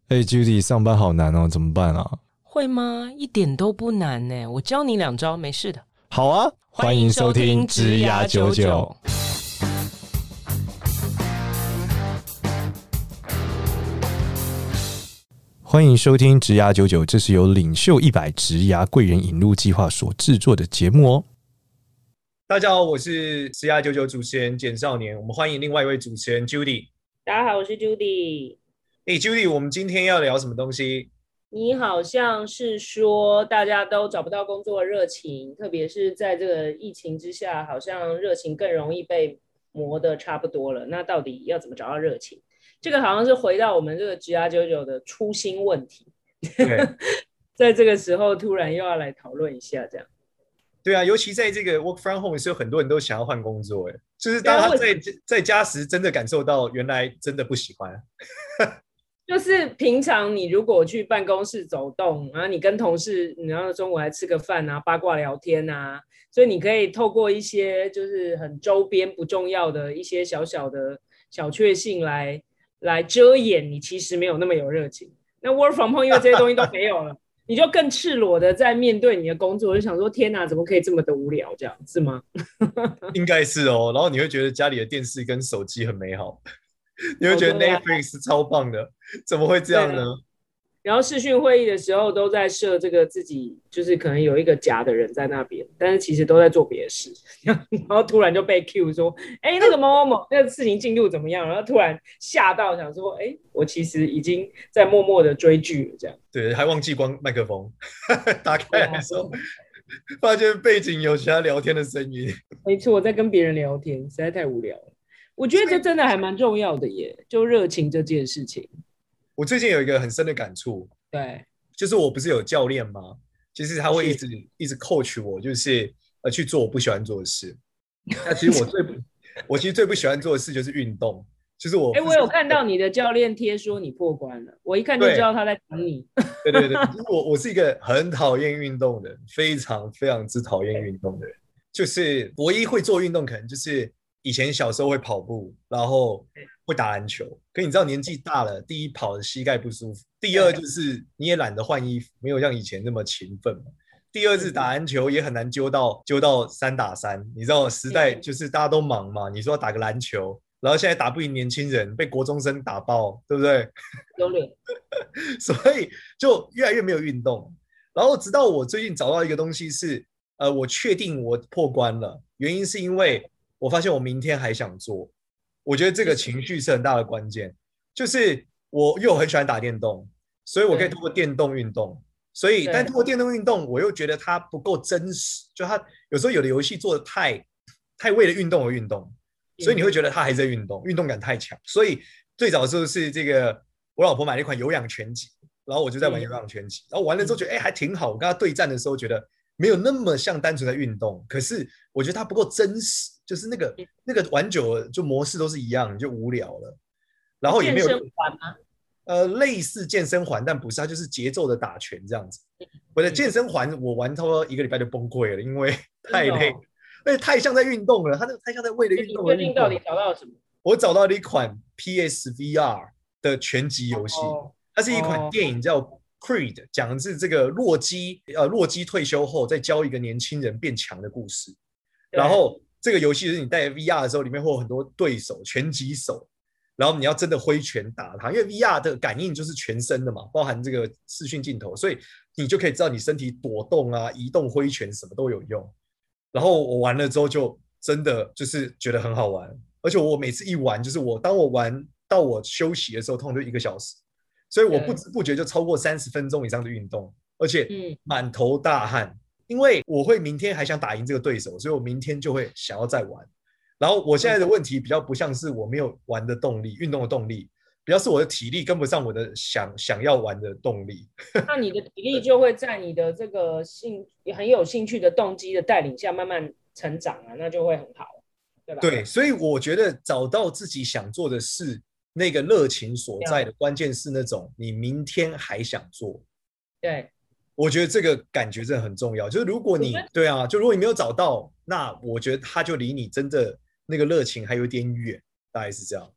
嘿 Judy，上班好难哦，怎么办啊？ 会吗？一点都不难呢，我教你2招，没事的。 好啊，欢迎收听职涯99。欢迎收听职涯99，这是由领袖100职涯贵人引路计划所制作的节目哦。 大家好，我是职涯99主持人简少年，我们欢迎另外一位主持人 Judy。 大家好，我是 Judy。 Judy， 我们今天要聊什么东西？ 你好像是说大家都找不到工作的热情，特别是在这个疫情之下，好像热情更容易被磨得差不多了。那到底要怎么找到热情？这个好像是回到我们这个职涯99的初心问题。在这个时候突然又要来讨论一下这样。 对啊，尤其在这个 work from home 的时候，很多人都想要换工作，就是当他在家时真的感受到原来真的不喜欢。 就是平常你如果去办公室走动，然后你跟同事，然后中午来吃个饭啊，八卦聊天啊，所以你可以透过一些就是很周边不重要的一些小小的小确幸来遮掩你其实没有那么有热情。那 work from home 因为这些东西都没有了，你就更赤裸的在面对你的工作，就想说天哪，怎么可以这么的无聊，这样是吗？ 应该是哦，然后你会觉得家里的电视跟手机很美好。你会觉得 Netflix 超棒的，怎么会这样呢？ 然后视讯会议的时候都在设这个自己就是可能有一个假的人在那边，但是其实都在做别的事，然后突然就被 Q 说，那个某某某那个事情进度怎么样？然后突然吓到想说，我其实已经在默默的追剧了，这样。 对，还忘记关麦克风，打开来的时候发现背景有其他聊天的声音。 没错，我在跟别人聊天，实在太无聊了。我觉得这真的还蛮重要的耶，就热情这件事情。 我最近有一个很深的感触， 对， 就是我不是有教练吗？其实他会一直 coach 我，就是去做我不喜欢做的事。那其实我其实最不喜欢做的事就是运动，就是我有看到你的教练贴说你破关了，我一看就知道他在等你。 对，就是我是一个很讨厌运动的人，非常非常之讨厌运动的人。就是唯一会做运动，可能就是以前小时候会跑步，然后会打篮球。可你知道年纪大了，第一跑的膝盖不舒服，第二就是你也懒得换衣服，没有像以前那么勤奋嘛。第二是打篮球也很难揪到3打3，你知道时代就是大家都忙嘛，你说打个篮球，然后现在打不赢年轻人，被国中生打爆，对不对？ 有脸。 所以就越来越没有运动。然后直到我最近找到一个东西是，我确定我破关了，原因是因为我发现我明天还想做。我觉得这个情绪是很大的关键，就是我又很喜欢打电动，所以我可以通过电动运动。所以，但通过电动运动，我又觉得它不够真实，就它有时候有的游戏做的太为了运动而运动，所以你会觉得它还在运动，运动感太强。所以最早的时候是这个，我老婆买了一款有氧拳击，然后我就在玩有氧拳击，然后玩了之后觉得还挺好。我跟他对战的时候觉得没有那么像单纯的运动，可是我觉得它不够真实，就是那个玩久了就模式都是一样，就无聊了。然后也没有健身环吗？ 类似健身环，但不是，它就是节奏的打拳这样子。我的健身环我玩差不多1个礼拜就崩溃了，因为太累，而且太像在运动了，它那个太像在为了运动而运动。 你最近到底找到什么？ 我找到了一款 PSVR 的拳击游戏，它是一款电影叫 Creed， 讲的是这个洛基退休后再教一个年轻人变强的故事。然后这个游戏是你戴 VR 的时候，里面会有很多对手，拳击手，然后你要真的挥拳打他，因为 VR 的感应就是全身的嘛，包含这个视讯镜头，所以你就可以知道你身体躲动啊、移动、挥拳什么都有用。然后我玩了之后就真的就是觉得很好玩，而且我每次一玩，就是当我玩到我休息的时候，通常就1个小时，所以我不知不觉就超过30分钟以上的运动，而且满头大汗，因为我会明天还想打赢这个对手，所以我明天就会想要再玩。然后我现在的问题比较不像是我没有玩的动力、运动的动力，比较是我的体力跟不上我的想要玩的动力。 那你的体力就会在你的这个很有兴趣的动机的带领下慢慢成长啊，那就会很好，对吧？ 对，所以我觉得找到自己想做的事，那个热情所在的关键是那种你明天还想做。 对， 我觉得这个感觉真的很重要。就是如果你对啊，就如果你没有找到，那我觉得他就离你真的那个热情还有点远，大概是这样。 因为对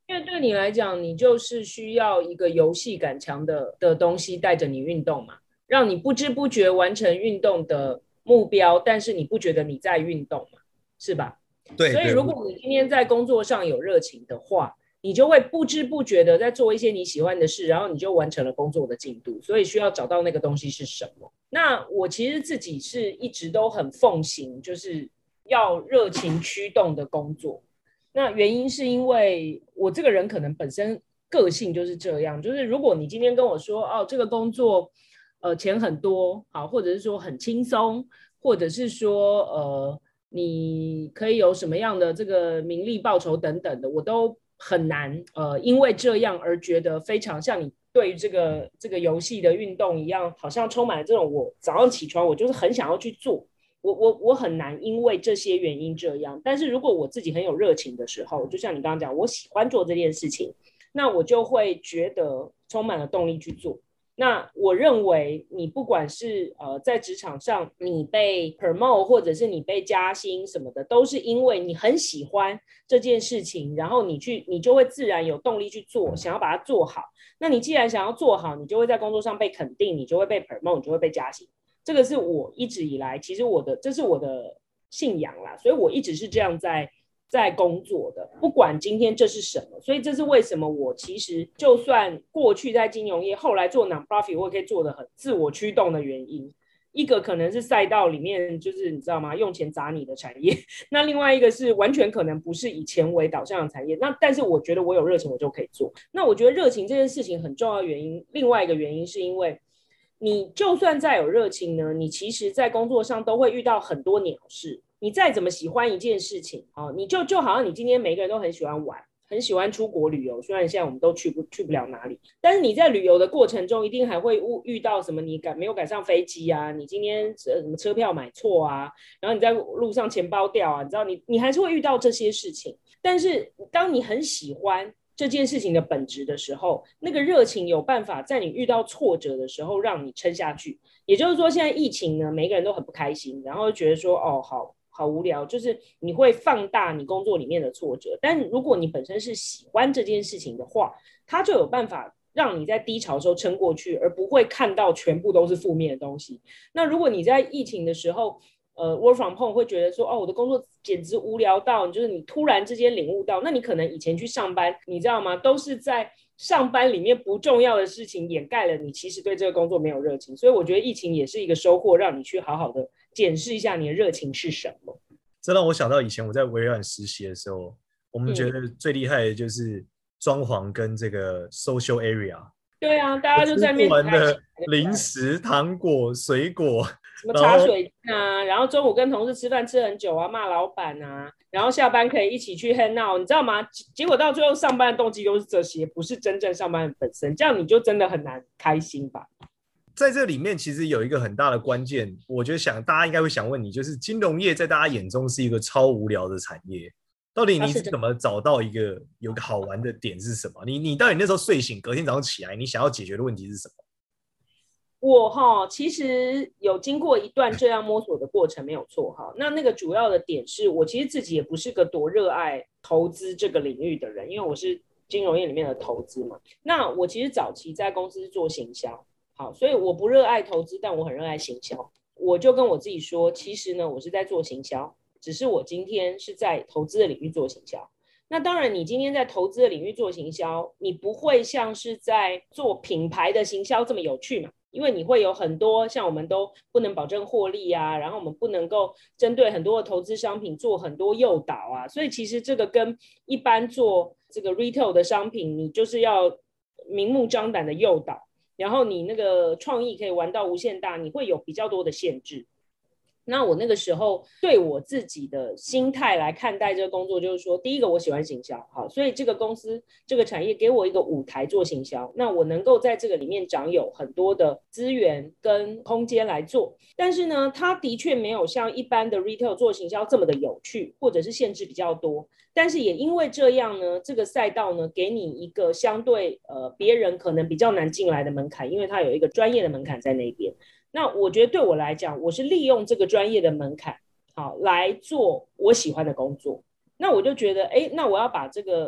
你来讲，你就是需要一个游戏感强的东西带着你运动嘛，让你不知不觉完成运动的目标，但是你不觉得你在运动嘛，是吧？ 对， 所以如果你今天在工作上有热情的话，你就会不知不觉的在做一些你喜欢的事，然后你就完成了工作的进度。所以需要找到那个东西是什么。那我其实自己是一直都很奉行，就是要热情驱动的工作。那原因是因为我这个人可能本身个性就是这样，就是如果你今天跟我说哦，这个工作钱很多，好，或者是说很轻松，或者是说你可以有什么样的这个名利报酬等等的，我都很难因为这样而觉得非常像你对于这个游戏的运动一样，好像充满了这种我早上起床我就是很想要去做。我很难因为这些原因这样，但是如果我自己很有热情的时候，就像你刚刚讲，我喜欢做这件事情，那我就会觉得充满了动力去做。那我认为你不管是在职场上你被 promote 或者是你被加薪什么的，都是因为你很喜欢这件事情，然后你就会自然有动力去做，想要把它做好。那你既然想要做好，你就会在工作上被肯定，你就会被 promote， 你就会被加薪。这个是我一直以来，其实这是我的信仰啦，所以我一直是这样在工作的，不管今天这是什么。所以这是为什么我其实就算过去在金融业，后来做 non-profit 我也可以做得很自我驱动的原因。一个可能是赛道里面就是你知道吗，用钱砸你的产业，那另外一个是完全可能不是以钱为导向的产业。那但是我觉得我有热情我就可以做。那我觉得热情这件事情很重要的原因，另外一个原因是因为你就算再有热情呢，你其实在工作上都会遇到很多鸟事。你再怎么喜欢一件事情，你就好像你今天每个人都很喜欢玩，很喜欢出国旅游，虽然现在我们都去不了哪里，但是你在旅游的过程中一定还会遇到什么你没有赶上飞机啊，你今天什么车票买错啊，然后你在路上钱包掉啊，你知道你还是会遇到这些事情。但是当你很喜欢这件事情的本质的时候，那个热情有办法在你遇到挫折的时候让你撑下去。也就是说现在疫情呢，每个人都很不开心，然后觉得说哦好无聊，就是你会放大你工作里面的挫折。但如果你本身是喜欢这件事情的话，它就有办法让你在低潮的时候撑过去，而不会看到全部都是负面的东西。那如果你在疫情的时候work from home 会觉得说我的工作简直无聊到，就是你突然之间领悟到，那你可能以前去上班，你知道吗，都是在上班里面不重要的事情掩盖了你其实对这个工作没有热情。所以我觉得疫情也是一个收获，让你去好好的检视一下你的热情是什么。 这让我想到以前我在微软实习的时候，我们觉得最厉害的就是装潢跟这个 social area。 对啊，大家就在面吃不完的零食、糖果、水果， 什么茶水啊，然后中午跟同事吃饭吃很久啊，骂老板啊，然后下班可以一起去 hang out， 你知道吗？结果到最后上班的动机都是这些，不是真正上班的本身，这样你就真的很难开心吧。 在这里面其实有一个很大的关键，我觉得大家应该会想问你，就是金融业在大家眼中是一个超无聊的产业，到底你是怎么找到有个好玩的点是什么？你到底那时候睡醒隔天早上起来你想要解决的问题是什么？ 我其实有经过一段这样摸索的过程，没有错哈。那个主要的点是我其实自己也不是个多热爱投资这个领域的人，因为我是金融业里面的投资嘛。那我其实早期在公司做行销，好，所以我不热爱投资，但我很热爱行销。我就跟我自己说，其实呢，我是在做行销，只是我今天是在投资的领域做行销。那当然，你今天在投资的领域做行销，你不会像是在做品牌的行销这么有趣嘛？因为你会有很多像我们都不能保证获利啊，然后我们不能够针对很多的投资商品做很多诱导啊，所以其实这个跟一般做这个 retail 的商品，你就是要明目张胆的诱导，然后你那个创意可以玩到无限大，你会有比较多的限制。那我那个时候对我自己的心态来看待这个工作，就是说，第一个我喜欢行销，好，所以这个公司这个产业给我一个舞台做行销，那我能够在这个里面掌有很多的资源跟空间来做。但是呢，它的确没有像一般的 retail 做行销这么的有趣，或者是限制比较多。但是也因为这样呢，这个赛道呢，给你一个相对别人可能比较难进来的门槛，因为它有一个专业的门槛在那边。那我觉得对我来讲，我是利用这个专业的门槛，好来做我喜欢的工作。那我就觉得，那我要把这个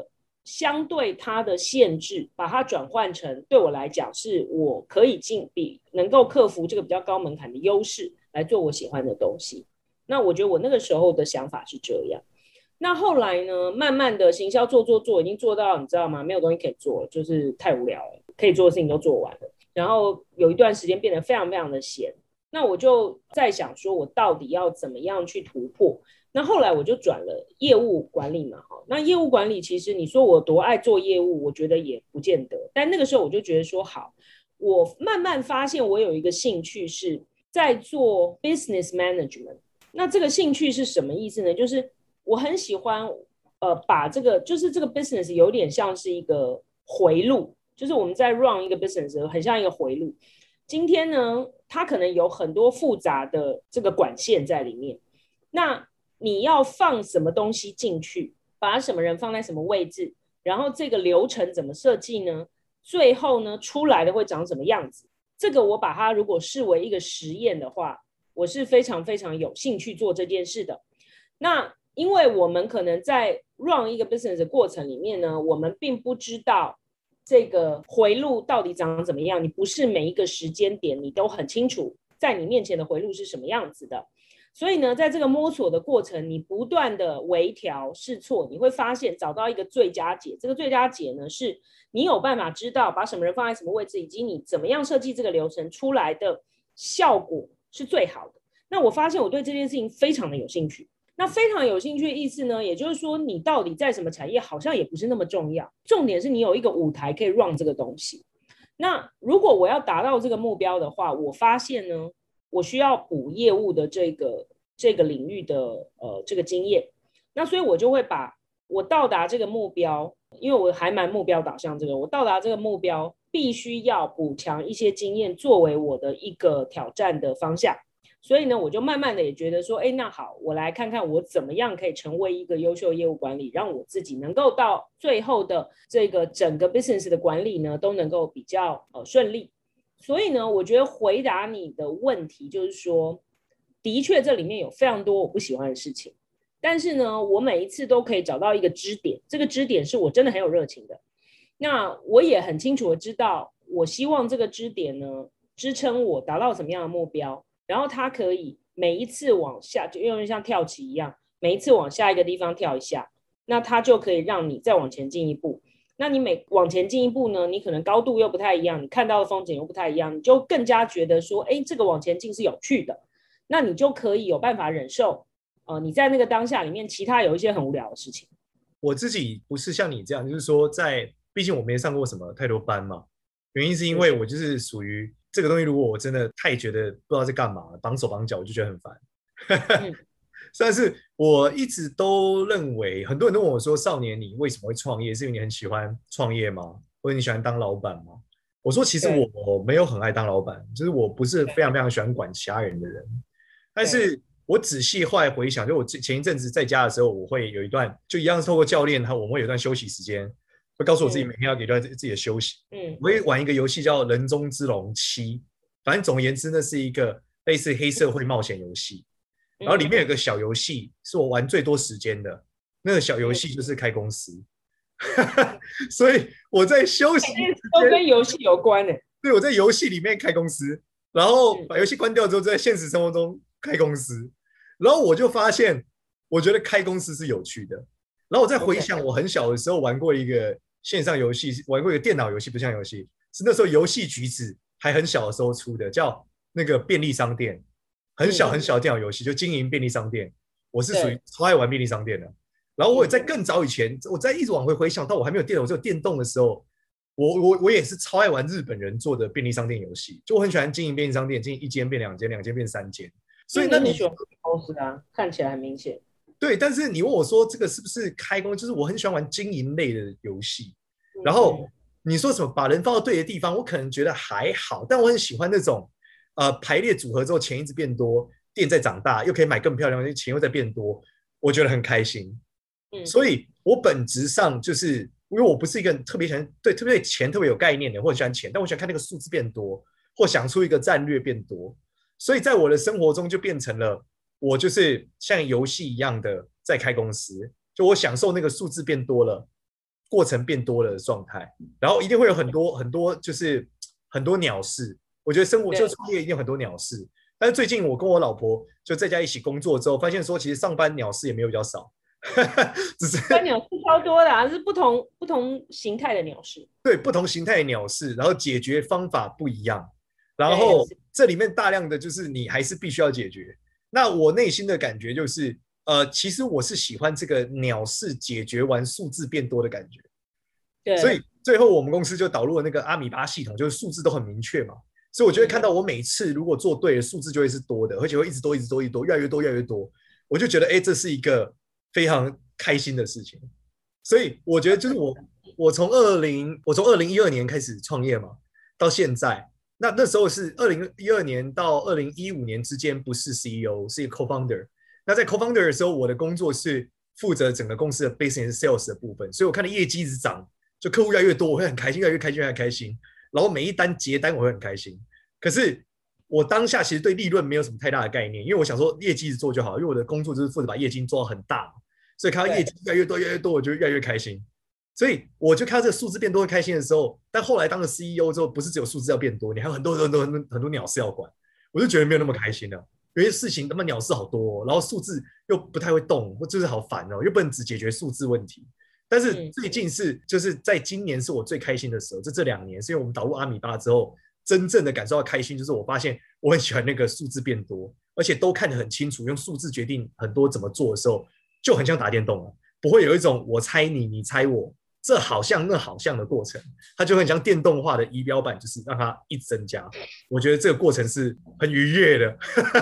相对它的限制，把它转换成对我来讲是我可以能够克服这个比较高门槛的优势，来做我喜欢的东西。那我觉得我那个时候的想法是这样。那后来呢，慢慢的行销做，已经做到你知道吗？没有东西可以做，就是太无聊了，可以做的事情都做完了。然后有一段时间变得非常非常的闲，那我就在想说，我到底要怎么样去突破？那后来我就转了业务管理嘛，那业务管理其实你说我多爱做业务，我觉得也不见得。但那个时候我就觉得说，好，我慢慢发现我有一个兴趣是在做 business management。那这个兴趣是什么意思呢？就是我很喜欢把这个就是这个 business 有点像是一个回路，就是我们在 run 一个 business 很像一个回路。今天呢，它可能有很多复杂的这个管线在里面，那你要放什么东西进去，把什么人放在什么位置，然后这个流程怎么设计呢？最后呢，出来的会长什么样子？这个我把它如果视为一个实验的话，我是非常非常有兴趣做这件事的。那因为我们可能在 run 一个 business 的过程里面呢，我们并不知道这个回路到底长怎么样，你不是每一个时间点你都很清楚在你面前的回路是什么样子的。所以呢，在这个摸索的过程，你不断的微调试错，你会发现找到一个最佳解。这个最佳解呢，是你有办法知道把什么人放在什么位置，以及你怎么样设计这个流程出来的效果是最好的。那我发现我对这件事情非常的有兴趣。那非常有兴趣的意思呢，也就是说你到底在什么产业好像也不是那么重要，重点是你有一个舞台可以 run 这个东西。那如果我要达到这个目标的话，我发现呢，我需要补业务的这个领域的这个经验。那所以我就会把我到达这个目标，因为我还蛮目标导向，我到达这个目标必须要补强一些经验作为我的一个挑战的方向。所以呢，我就慢慢的也觉得说，那好，我来看看我怎么样可以成为一个优秀业务管理，让我自己能够到最后的这个整个 business 的管理呢，都能够比较顺利。所以呢，我觉得回答你的问题就是说，的确这里面有非常多我不喜欢的事情，但是呢，我每一次都可以找到一个支点，这个支点是我真的很有热情的。那我也很清楚的知道，我希望这个支点呢，支撑我达到什么样的目标。然后它可以每一次往下，就因为像跳棋一样，每一次往下一个地方跳一下，那它就可以让你再往前进一步。那你每往前进一步呢，你可能高度又不太一样，你看到的风景又不太一样，你就更加觉得说，这个往前进是有趣的，那你就可以有办法忍受你在那个当下里面其他有一些很无聊的事情。 我自己不是像你这样，就是说毕竟我没上过什么太多班嘛，原因是因为我就是属于这个东西，如果我真的太觉得不知道在干嘛，绑手绑脚，我就觉得很烦。但是我一直都认为，很多人都问我说：“少年，你为什么会创业？是因为你很喜欢创业吗？或者你喜欢当老板吗？”我说：“其实我没有很爱当老板，就是我不是非常非常喜欢管其他人的人。但是我仔细后来回想，就我前一阵子在家的时候，我会有一段，就一样是透过教练，我们会有一段休息时间。”会告诉我自己每天要给段自己的休息。我会玩一个游戏叫《人中之龙7》，反正总而言之，那是一个类似黑社会冒险游戏。然后里面有个小游戏是我玩最多时间的，那个小游戏就是开公司。所以我在休息都跟游戏有关的。 对，我在游戏里面开公司，然后把游戏关掉之后，在现实生活中开公司。然后我就发现，我觉得开公司是有趣的。然后我再回想我很小的时候玩过一个线上游戏，玩过一个电脑游戏，不像游戏，是那时候游戏橘子还很小的时候出的，叫那个便利商店，很小很小的电脑游戏，就经营便利商店。我是属于超爱玩便利商店的。然后我也在更早以前，我在一直往回想到我还没有电脑，我只有电动的时候，我也是超爱玩日本人做的便利商店游戏，就我很喜欢经营便利商店，经营1间变2间，2间变3间。所以那你喜欢公司啊，看起来很明显。 对，但是你问我说这个是不是开工，就是我很喜欢玩经营类的游戏。然后你说什么把人放到对的地方，我可能觉得还好，但我很喜欢那种排列组合之后钱一直变多，店在长大，又可以买更漂亮的钱又在变多，我觉得很开心。所以我本质上就是因为我不是一个特别喜欢特别对钱特别有概念的，或者喜欢钱，但我喜欢看那个数字变多，或想出一个战略变多。所以在我的生活中就变成了我就是像游戏一样的在开公司，就我享受那个数字变多了， 过程变多了的状态，然后一定会有很多很多就是很多鸟事。我觉得生活就创业一定有很多鸟事，但是最近我跟我老婆就在家一起工作之后，发现说其实上班鸟事也没有比较少。只是鸟事超多的啊，是不同形态的鸟事， 对不同形态的鸟事，然后解决方法不一样，然后这里面大量的就是你还是必须要解决。那我内心的感觉就是，其实我是喜欢这个鸟事解决完数字变多的感觉。 对， 所以最后我们公司就导入了那个阿米巴系统，就是数字都很明确嘛。所以我就会看到我每次如果做对了，数字就会是多的，而且会一直多，一直多，一直多，越来越多，越来越多。我就觉得，这是一个非常开心的事情。所以我觉得就是我从2012年开始创业嘛，到现在，那时候是2012年到2015年之间不是 CEO， 是一个 co-founder。那在 co-founder 的时候，我的工作是负责整个公司的 business sales 的部分，所以我看到业绩一直涨，就客户越来越多，我会很开心，越来越开心，越来越开心。然后每一单结单我会很开心。可是我当下其实对利润没有什么太大的概念，因为我想说业绩一直做就好，因为我的工作就是负责把业绩做到很大，所以看到业绩越来越多越来越多，我就越来越开心。所以我就看到这个数字变多会开心的时候，但后来当了 CEO 之后，不是只有数字要变多，你还有很多鸟事要管，我就觉得没有那么开心了。有些事情他妈鸟事好多，然后数字又不太会动，就是好烦哦，又不能只解决数字问题。但是最近就是在今年是我最开心的时候，这2年是因为我们导入阿米巴之后，真正的感受到开心，就是我发现我很喜欢那个数字变多，而且都看得很清楚，用数字决定很多怎么做的时候，就很像打电动了，不会有一种我猜你，你猜我，这好像那好像的过程，它就很像电动化的仪表板，就是让它一直增加。我觉得这个过程是很愉悦的。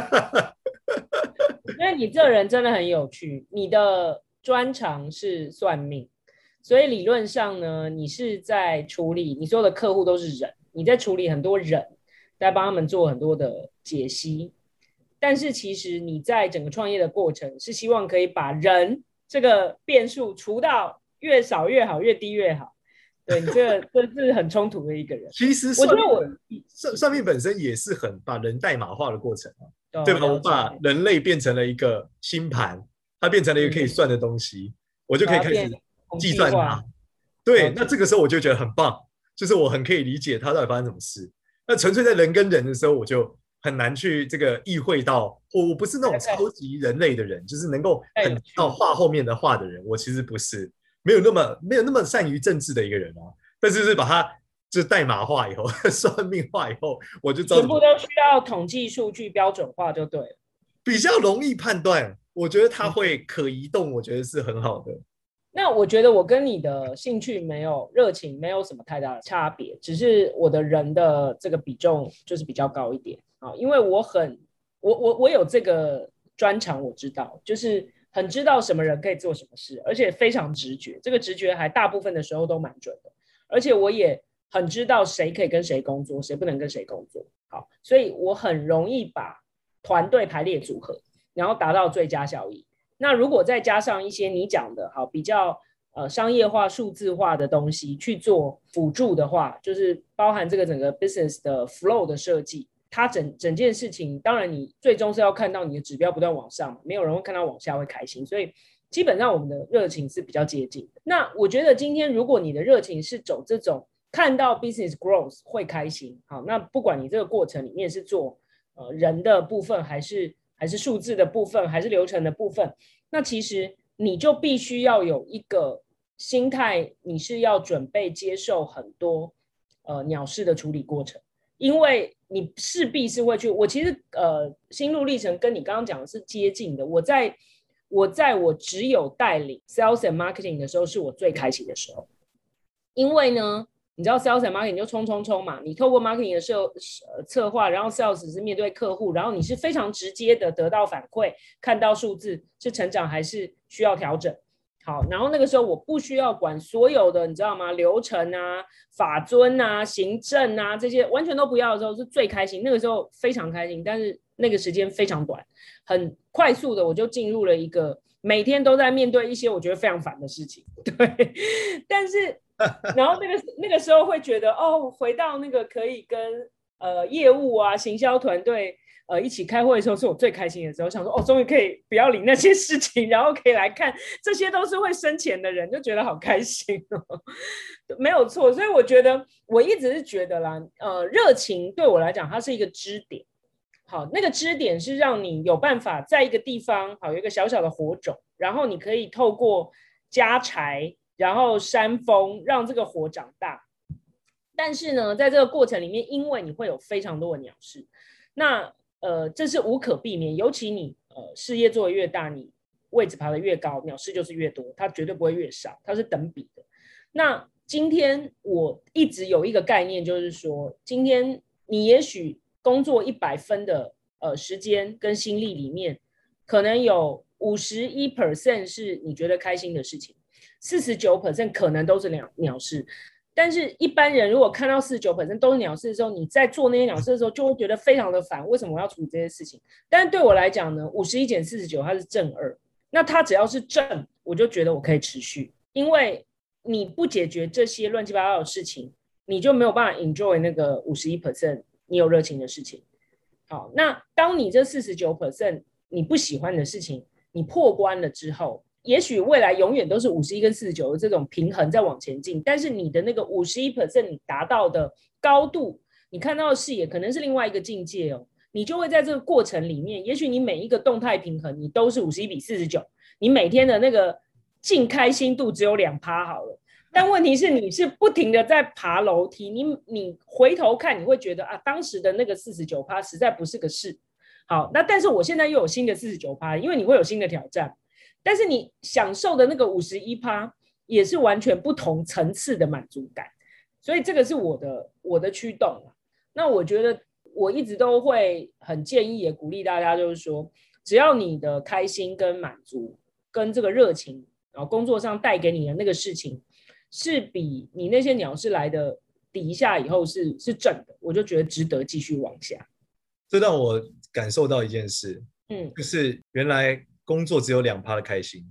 因为你这人真的很有趣，你的专长是算命，所以理论上呢，你是在处理你所有的客户都是人，你在处理很多人，在帮他们做很多的解析。但是其实你在整个创业的过程是希望可以把人这个变数除到越少越好，越低越好。对，你这是很冲突的一个人。 其实我觉得算命本身也是很把人代码化的过程对吧？我把人类变成了一个星盘，它变成了一个可以算的东西，我就可以开始计算它。对，那这个时候我就觉得很棒，就是我很可以理解它到底发生什么事。那纯粹在人跟人的时候，我就很难去这个意会到，我不是那种超级人类的人，就是能够很到画后面的画的人，我其实不是，没有那么善于政治的一个人啊。但是把它就代码化以后，算命化以后，我就知道全部都需要统计数据标准化就对了， 比较容易判断。我觉得它会可移动，我觉得是很好的。 那我觉得我跟你的兴趣没有热情没有什么太大的差别，只是我的人的这个比重就是比较高一点啊，因为我有这个专长，我知道就是很知道什么人可以做什么事，而且非常直觉，这个直觉还大部分的时候都蛮准的，而且我也很知道谁可以跟谁工作，谁不能跟谁工作。好，所以我很容易把团队排列组合，然后达到最佳效益。那如果再加上一些你讲的好比较商业化、数字化的东西去做辅助的话，就是包含这个整个 business 的 flow 的设计，它整件事情，当然你最终是要看到你的指标不断往上，没有人会看到往下会开心，所以基本上我们的热情是比较接近的。那我觉得今天如果你的热情是走这种看到 business growth 会开心，好，那不管你这个过程里面是做人的部分还是数字的部分还是流程的部分，那其实你就必须要有一个心态，你是要准备接受很多鸟事的处理过程，因为你势必是会去。我其实心路历程跟你刚刚讲的是接近的。我在我只有带领 sales and marketing 的时候，是我最开心的时候，因为呢。你知道 sales and marketing 就冲嘛，你透过 marketing 的策划，然后 sales 是面对客户，然后你是非常直接的得到反馈，看到数字是成长还是需要调整。好，然后那个时候我不需要管所有的，你知道吗？流程啊、法遵啊、行政啊这些完全都不要的时候是最开心，那个时候非常开心，但是那个时间非常短，很快速的我就进入了一个每天都在面对一些我觉得非常烦的事情，对，但是。然后那个时候会觉得回到那个可以跟业务啊、行销团队一起开会的时候是我最开心的时候，想说终于可以不要理那些事情，然后可以来看这些都是会生钱的人，就觉得好开心哦。没有错，所以我觉得我一直是觉得啦，热情对我来讲它是一个支点。好，那个支点是让你有办法在一个地方好有一个小小的火种，然后你可以透过加柴，然后扇风，让这个火长大。但是呢，在这个过程里面，因为你会有非常多的鸟事，那这是无可避免。尤其你事业做得越大，你位置爬得越高，鸟事就是越多，它绝对不会越少，它是等比的。那今天我一直有一个概念，就是说，今天你也许工作100分的时间跟心力里面，可能有51% 是你觉得开心的事情，49% 可能都是鸟事。但是一般人如果看到49% 都是鸟事的时候，你在做那些鸟事的时候，就会觉得非常的烦，为什么我要处理这些事情？但是对我来讲呢，51减49它是正2，那它只要是正，我就觉得我可以持续，因为你不解决这些乱七八糟的事情，你就没有办法 enjoy 那个51% 你有热情的事情。好，那当你这49% 你不喜欢的事情你破关了之后，也许未来永远都是51跟49的这种平衡在往前进，但是你的那个51% 你达到的高度，你看到的视野可能是另外一个境界哦。你就会在这个过程里面，也许你每一个动态平衡你都是51比49，你每天的那个净开心度只有2%好了。但问题是你是不停的在爬楼梯，你回头看你会觉得啊，当时的那个49%实在不是个事。好，那但是我现在又有新的49%，因为你会有新的挑战。但是你享受的那个51%也是完全不同层次的满足感，所以这个是我的驱动。那我觉得我一直都会很建议也鼓励大家，就是说只要你的开心跟满足跟这个热情，然后工作上带给你的那个事情是比你那些鸟事来的抵一下以后是正的，我就觉得值得继续往下。 这让我感受到一件事，就是原来工作只有2%的开心。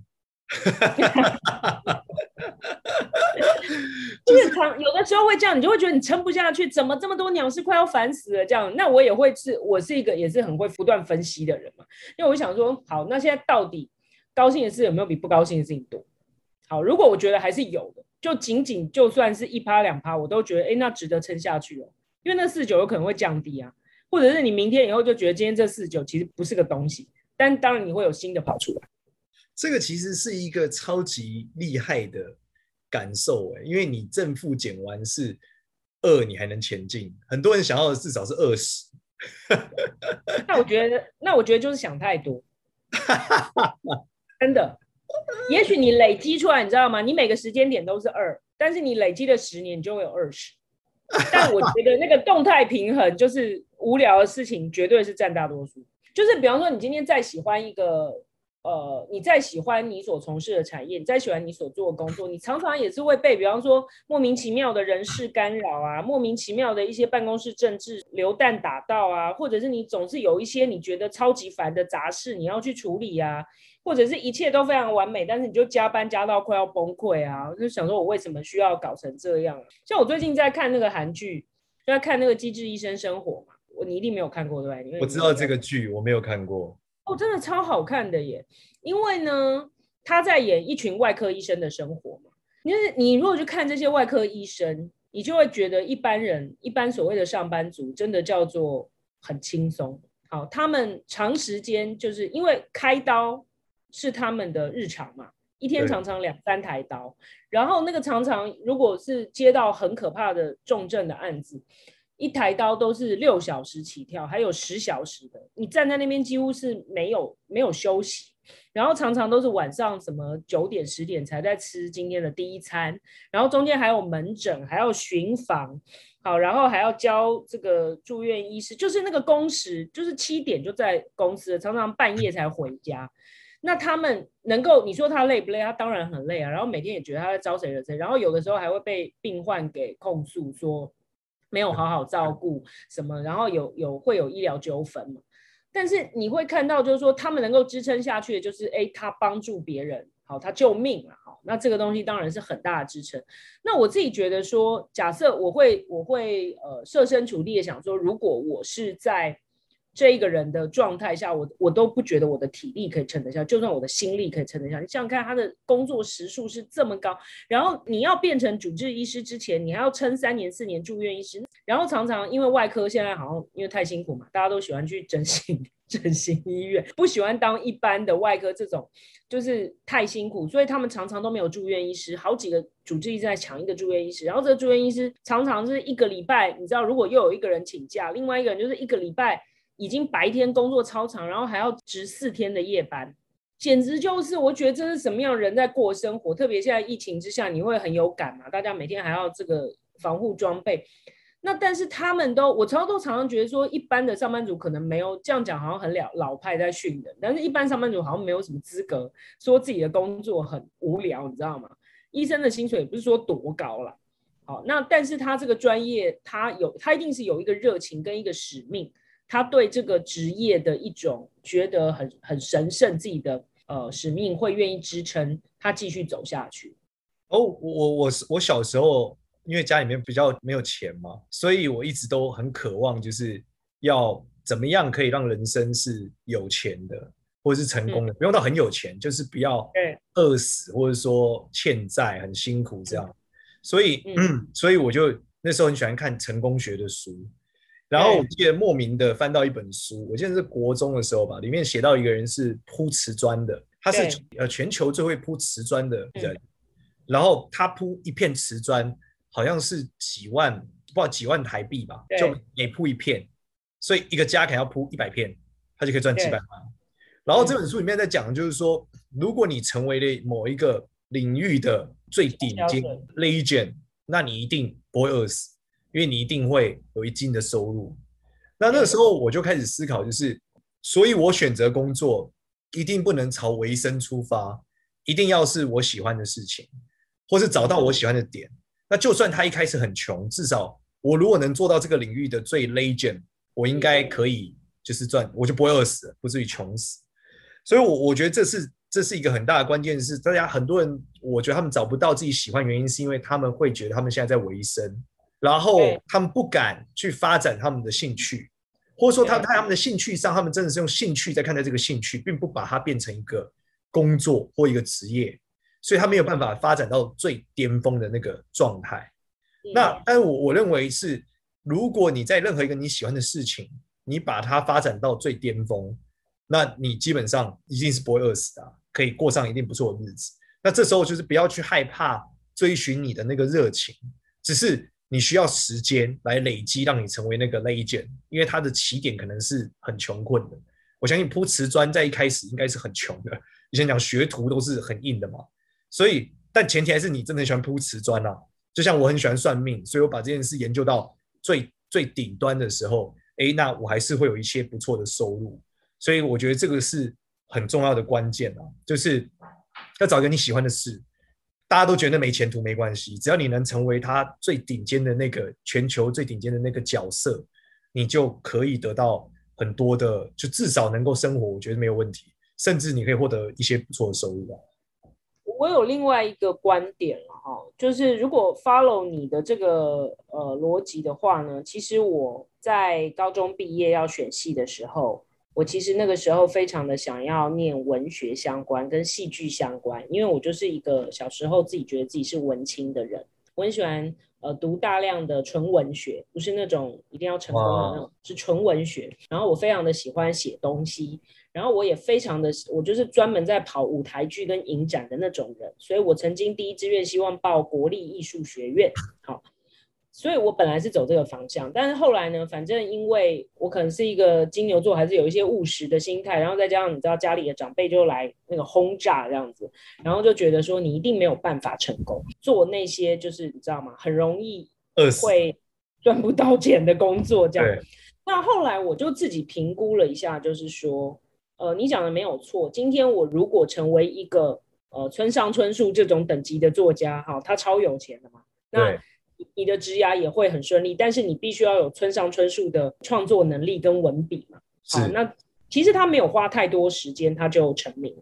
就是有的时候会这样，你就会觉得你撑不下去，怎么这么多鸟事，快要烦死了这样。那我是一个也是很会不断分析的人嘛，因为我想说，好，那现在到底高兴的事有没有比不高兴的事情多？好，如果我觉得还是有的，就仅仅就算是1%、2%，我都觉得那值得撑下去哦，因为那49有可能会降低啊，或者是你明天以后就觉得今天这49其实不是个东西。但当然你会有新的跑出来， 这个其实是一个超级厉害的感受，因为你正负减完是2，你还能前进。很多人想要的至少是20。 那我觉得就是想太多，真的。也许你累积出来，你知道吗？你每个时间点都是2，但是你累积了10年，你就会有20。但我觉得那个动态平衡，就是无聊的事情绝对是占大多数。就是比方说，你今天再喜欢一个你再喜欢你所从事的产业，你再喜欢你所做的工作，你常常也是会被比方说莫名其妙的人事干扰啊，莫名其妙的一些办公室政治流弹打到啊，或者是你总是有一些你觉得超级烦的杂事你要去处理啊，或者是一切都非常完美，但是你就加班加到快要崩溃啊，我就想说我为什么需要搞成这样啊？像我最近在看那个韩剧，就在看那个《机智医生生活》嘛，你一定没有看过对不对？ 我知道这个剧，我没有看过。 真的超好看的耶！因为呢，他在演一群外科医生的生活嘛。你如果去看这些外科医生，你就会觉得一般所谓的上班族，真的叫做很轻松。好，他们长时间就是因为开刀是他们的日常嘛，一天常常2、3台刀，然后那个常常如果是接到很可怕的重症的案子，一台刀都是6小时起跳，还有10小时的，你站在那边几乎是没有休息，然后常常都是晚上什么9点10点才在吃今天的第一餐，然后中间还有门诊，还要巡房，好，然后还要教这个住院医师，就是那个工时就是7点就在公司了，常常半夜才回家。那他们能够，你说他累不累？他当然很累啊，然后每天也觉得他在招谁惹谁，然后有的时候还会被病患给控诉说没有好好照顾什么，然后会有医疗纠纷嘛。但是你会看到，就是说他们能够支撑下去的，就是他帮助别人，好，他救命了，好，那这个东西当然是很大的支撑。那我自己觉得说，假设我会设身处地的想说，如果我是在这一个人的状态下，我都不觉得我的体力可以撑得下，就算我的心力可以撑得下。你想想看，他的工作时数是这么高，然后你要变成主治医师之前，你还要撑3年4年住院医师，然后常常因为外科现在好像因为太辛苦嘛，大家都喜欢去整形医院，不喜欢当一般的外科，这种就是太辛苦，所以他们常常都没有住院医师，好几个主治医师在抢一个住院医师，然后这个住院医师常常是1个礼拜，你知道，如果又有一个人请假，另外一个人就是1个礼拜已经白天工作超长，然后还要值4天的夜班，简直就是我觉得这是什么样的人在过生活。特别现在疫情之下，你会很有感嘛，大家每天还要这个防护装备。那但是他们我都常常觉得说，一般的上班族可能没有这样讲，好像很老派在训人，但是一般上班族好像没有什么资格说自己的工作很无聊，你知道吗？医生的薪水也不是说多高啦，好，那但是他这个专业，他一定是有一个热情跟一个使命，他对这个职业的一种觉得很神圣自己的使命，会愿意支撑他继续走下去。 我小时候因为家里面比较没有钱嘛，所以我一直都很渴望，就是要怎么样可以让人生是有钱的，或者是成功的，不用到很有钱，就是不要饿死，或者说欠债很辛苦这样。所以我就那时候很喜欢看成功学的书，然后我记得莫名的翻到一本书，我记得是国中的时候吧，里面写到一个人是铺瓷砖的，他是全球最会铺瓷砖的人，然后他铺一片瓷砖好像是几万，不知道几万台币吧，就每铺一片，所以一个家可能要铺100片，他就可以赚几百万。然后这本书里面在讲，就是说，如果你成为了某一个领域的最顶尖 legend， 那你一定不会饿死，因为你一定会有一定的收入。那个时候我就开始思考，就是所以我选择工作一定不能朝维生出发，一定要是我喜欢的事情，或是找到我喜欢的点。那就算他一开始很穷，至少我如果能做到这个领域的最 legend， 我应该可以就是赚，我就不会饿死了，不至于穷死。所以我觉得这是一个很大的关键，是大家很多人我觉得他们找不到自己喜欢的原因，是因为他们会觉得他们现在在维生，然后他们不敢去发展他们的兴趣，或者说他们的兴趣上，他们真的是用兴趣在看待这个兴趣，并不把它变成一个工作或一个职业，所以他没有办法发展到最巅峰的那个状态。但是我认为是，如果你在任何一个你喜欢的事情，你把它发展到最巅峰，那你基本上一定是不会饿死的，可以过上一定不错的日子。那这时候就是不要去害怕追寻你的那个热情，只是你需要时间来累积，让你成为那个 legend， 因为它的起点可能是很穷困的。我相信铺瓷砖在一开始应该是很穷的，以前讲学徒都是很硬的嘛，所以但前提还是你真的很喜欢铺瓷砖啊。就像我很喜欢算命，所以我把这件事研究到最顶端的时候，那我还是会有一些不错的收入。所以我觉得这个是很重要的关键啊，就是要找一个你喜欢的事。大家都觉得没前途没关系，只要你能成为他最顶尖的那个全球最顶尖的那个角色，你就可以得到很多的，就至少能够生活，我觉得没有问题，甚至你可以获得一些不错的收入吧。 我有另外一个观点就是如果 follow 你的这个逻辑的话呢，其实我在高中毕业要选系的时候，我其实那个时候非常的想要念文学相关跟戏剧相关，因为我就是一个小时候自己觉得自己是文青的人，我很喜欢读大量的纯文学，不是那种一定要成功的那种，是纯文学。然后我非常的喜欢写东西，然后我也非常的，我就是专门在跑舞台剧跟影展的那种人，所以我曾经第一志愿希望报国立艺术学院，好。所以我本来是走这个方向，但是后来呢，反正因为我可能是一个金牛座，还是有一些务实的心态，然后再加上你知道家里的长辈就来那个轰炸这样子，然后就觉得说你一定没有办法成功，做那些就是你知道吗，很容易会赚不到钱的工作这样。那后来我就自己评估了一下，就是说，你讲的没有错，今天我如果成为一个村上春树这种等级的作家，他超有钱的嘛，那你的职涯也会很顺利，但是你必须要有村上春树的创作能力跟文笔嘛。好，那其实他没有花太多时间，他就成名了。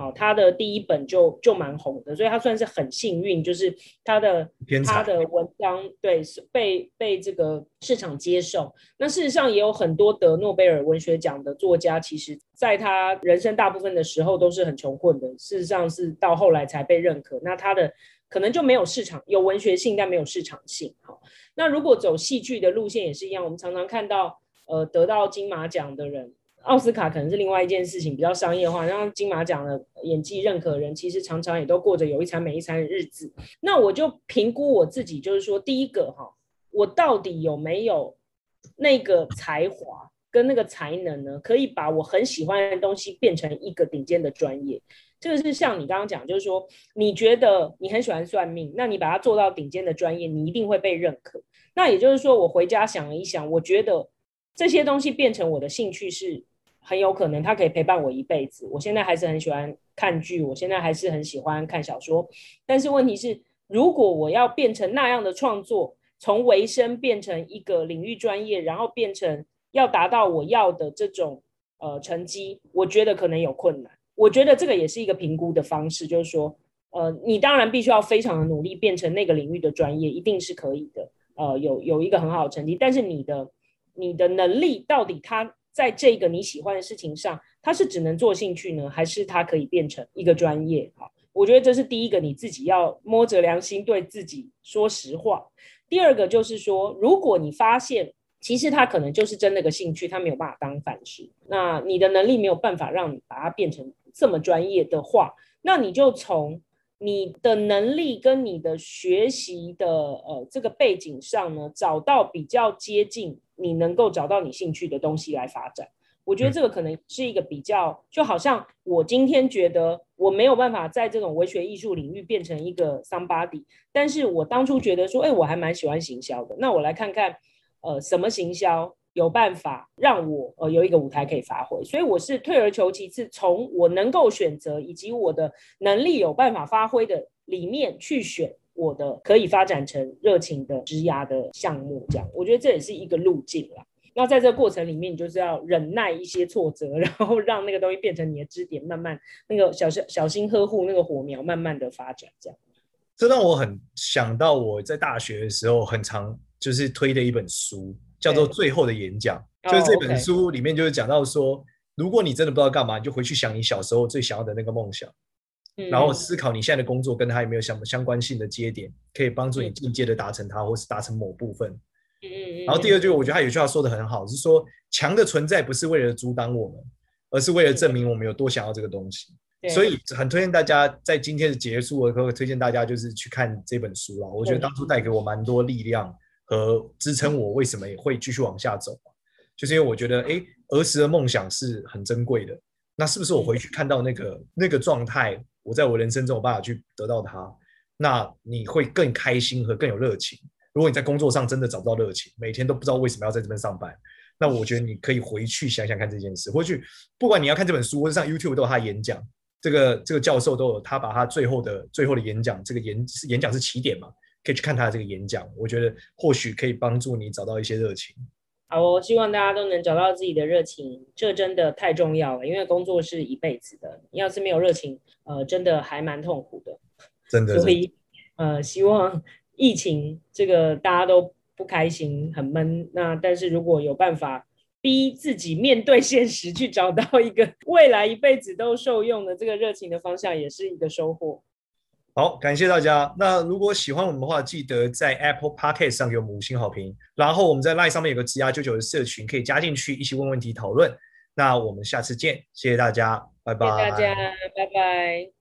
他的第一本就蛮红的，所以他算是很幸运，就是他的文章对被这个市场接受。那事实上也有很多得诺贝尔文学奖的作家，其实在他人生大部分的时候都是很穷困的，事实上是到后来才被认可。那他的可能就没有市场，有文学性但没有市场性。那如果走戏剧的路线也是一样，我们常常看到得到金马奖的人，奥斯卡可能是另外一件事情，比较商业化，让金马奖的演技认可人其实常常也都过着有一餐没一餐的日子。那我就评估我自己，就是说第一个我到底有没有那个才华跟那个才能呢，可以把我很喜欢的东西变成一个顶尖的专业。这个是像你刚刚讲，就是说你觉得你很喜欢算命，那你把它做到顶尖的专业，你一定会被认可。那也就是说我回家想了一想，我觉得这些东西变成我的兴趣是很有可能它可以陪伴我一辈子。我现在还是很喜欢看剧，我现在还是很喜欢看小说，但是问题是如果我要变成那样的创作，从维生变成一个领域专业，然后变成要达到我要的这种成绩，我觉得可能有困难。我觉得这个也是一个评估的方式，就是说你当然必须要非常的努力变成那个领域的专业，一定是可以的，有一个很好的成绩，但是你的能力到底它在这个你喜欢的事情上，它是只能做兴趣呢，还是它可以变成一个专业？好，我觉得这是第一个，你自己要摸着良心对自己说实话。第二个就是说，如果你发现其实它可能就是真的个兴趣，它没有办法当饭吃，那你的能力没有办法让你把它变成这么专业的话，那你就从你的能力跟你的学习的这个背景上呢，找到比较接近你能够找到你兴趣的东西来发展。我觉得这个可能是一个比较，就好像我今天觉得我没有办法在这种文学艺术领域变成一个 somebody， 但是我当初觉得说，我还蛮喜欢行销的，那我来看看什么行销有办法让我有一个舞台可以发挥。所以我是退而求其次，从我能够选择以及我的能力有办法发挥的里面去选我的可以发展成热情的职涯的项目，这样我觉得这也是一个路径啦。那在这个过程里面，你就是要忍耐一些挫折，然后让那个东西变成你的支点，慢慢那个小心呵护那个火苗，慢慢的发展。这样， 这让我很想到我在大学的时候很常就是推的一本书，叫做《最后的演讲》。就是这本书里面就是讲到说，如果你真的不知道干嘛，你就回去想你小时候最想要的那个梦想，然后思考你现在的工作跟它有没有相关性的接点，可以帮助你进阶的达成它，或是达成某部分。然后第二句，我觉得他有句话说的很好，是说强的存在不是为了阻挡我们，而是为了证明我们有多想要这个东西。所以很推荐大家在今天的结束，我会推荐大家就是去看这本书啦。我觉得当初带给我蛮多力量和支撑我为什么也会继续往下走，就是因为我觉得儿时的梦想是很珍贵的，那是不是我回去看到那个状态，我在我人生中有办法去得到它，那你会更开心和更有热情。如果你在工作上真的找不到热情，每天都不知道为什么要在这边上班，那我觉得你可以回去想想看这件事。或许不管你要看这本书，或者上 YouTube 都有他的演讲，这个教授都有他把他最后的演讲，这个演讲是起点嘛，可以去看他的这个演讲，我觉得或许可以帮助你找到一些热情。 好哦，希望大家都能找到自己的热情，这真的太重要了，因为工作是一辈子的，你要是没有热情，真的还蛮痛苦的。 真的。 所以希望疫情这个大家都不开心，很闷。那但是如果有办法逼自己面对现实，去找到一个未来一辈子都受用的这个热情的方向，也是一个收获。 好，感谢大家。那如果喜欢我们的话，记得在 Apple Podcast 上给我们5星好评。然后我们在 LINE 上面有个职涯99的社群，可以加进去一起问问题讨论。那我们下次见，谢谢大家，拜拜。 谢谢大家，拜拜。